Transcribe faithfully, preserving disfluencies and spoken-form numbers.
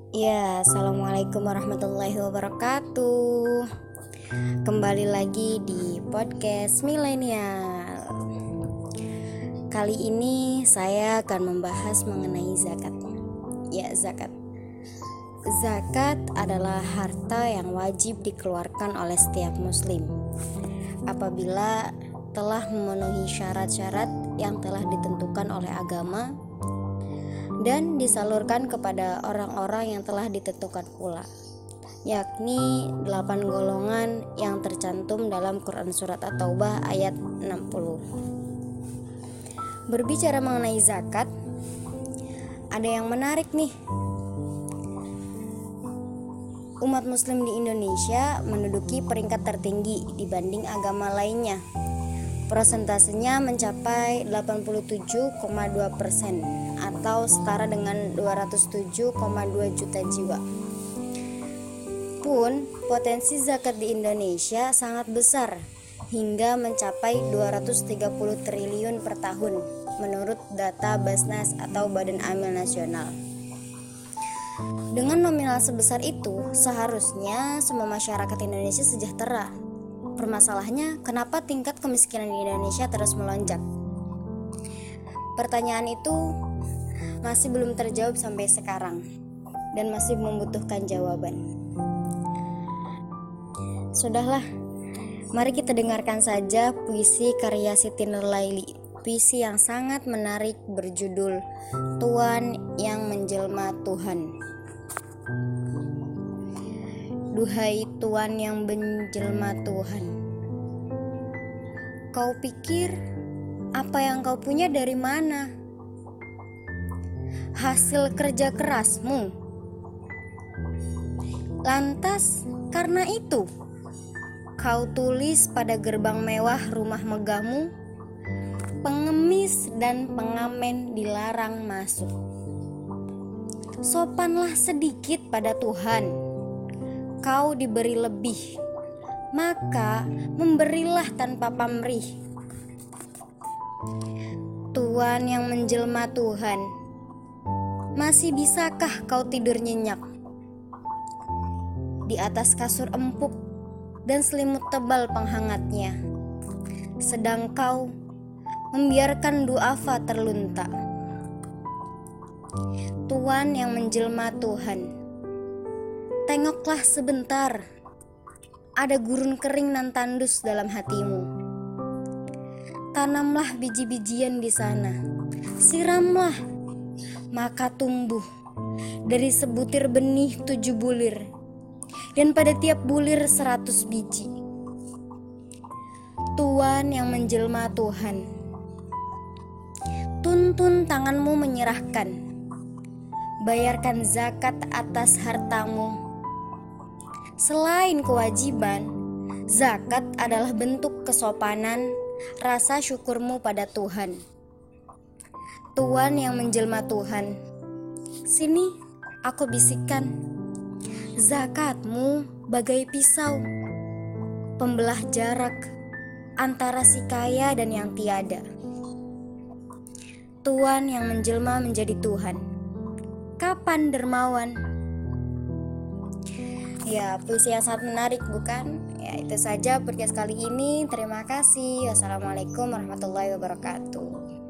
Ya, assalamualaikum warahmatullahi wabarakatuh. Kembali lagi di podcast milenial. Kali ini saya akan membahas mengenai zakat. Ya, zakat. Zakat adalah harta yang wajib dikeluarkan oleh setiap muslim apabila telah memenuhi syarat-syarat yang telah ditentukan oleh agama dan disalurkan kepada orang-orang yang telah ditentukan pula, yakni delapan golongan yang tercantum dalam Quran Surat At-Taubah ayat enam puluh. Berbicara mengenai zakat, ada yang menarik nih. Umat muslim di Indonesia menduduki peringkat tertinggi dibanding agama lainnya. Prosentasenya mencapai delapan puluh tujuh koma dua persen atau setara dengan dua ratus tujuh koma dua juta jiwa. Pun potensi zakat di Indonesia sangat besar hingga mencapai dua ratus tiga puluh triliun per tahun menurut data Basnas atau Badan Amil Nasional. Dengan nominal sebesar itu, seharusnya semua masyarakat Indonesia sejahtera. Permasalahannya, kenapa tingkat kemiskinan di Indonesia terus melonjak? Pertanyaan itu masih belum terjawab sampai sekarang dan masih membutuhkan jawaban. Sudahlah, mari kita dengarkan saja puisi karya Siti Nurlaili. Puisi yang sangat menarik berjudul Tuan yang Menjelma Tuhan. Duhai Tuan yang menjelma Tuhan, kau pikir apa yang kau punya dari mana? Hasil kerja kerasmu. Lantas karena itu kau tulis pada gerbang mewah rumah megahmu, pengemis dan pengamen dilarang masuk. Sopanlah sedikit pada Tuhan, kau diberi lebih, maka memberilah tanpa pamrih. Tuan yang menjelma Tuhan, masih bisakah kau tidur nyenyak di atas kasur empuk dan selimut tebal penghangatnya, sedang kau membiarkan duafa terlunta? Tuan yang menjelma Tuhan, tengoklah sebentar, ada gurun kering nan tandus dalam hatimu. Tanamlah biji-bijian di sana, siramlah, maka tumbuh dari sebutir benih tujuh bulir, dan pada tiap bulir seratus biji. Tuan yang menjelma Tuhan, tuntun tanganmu menyerahkan, bayarkan zakat atas hartamu. Selain kewajiban, zakat adalah bentuk kesopanan, rasa syukurmu pada Tuhan. Tuan yang menjelma Tuhan, sini aku bisikkan, zakatmu bagai pisau, pembelah jarak antara si kaya dan yang tiada. Tuan yang menjelma menjadi Tuhan, kapan dermawan? Ya, puisi yang sangat menarik, bukan? Ya, itu saja podcast kali ini. Terima kasih. Wassalamualaikum warahmatullahi wabarakatuh.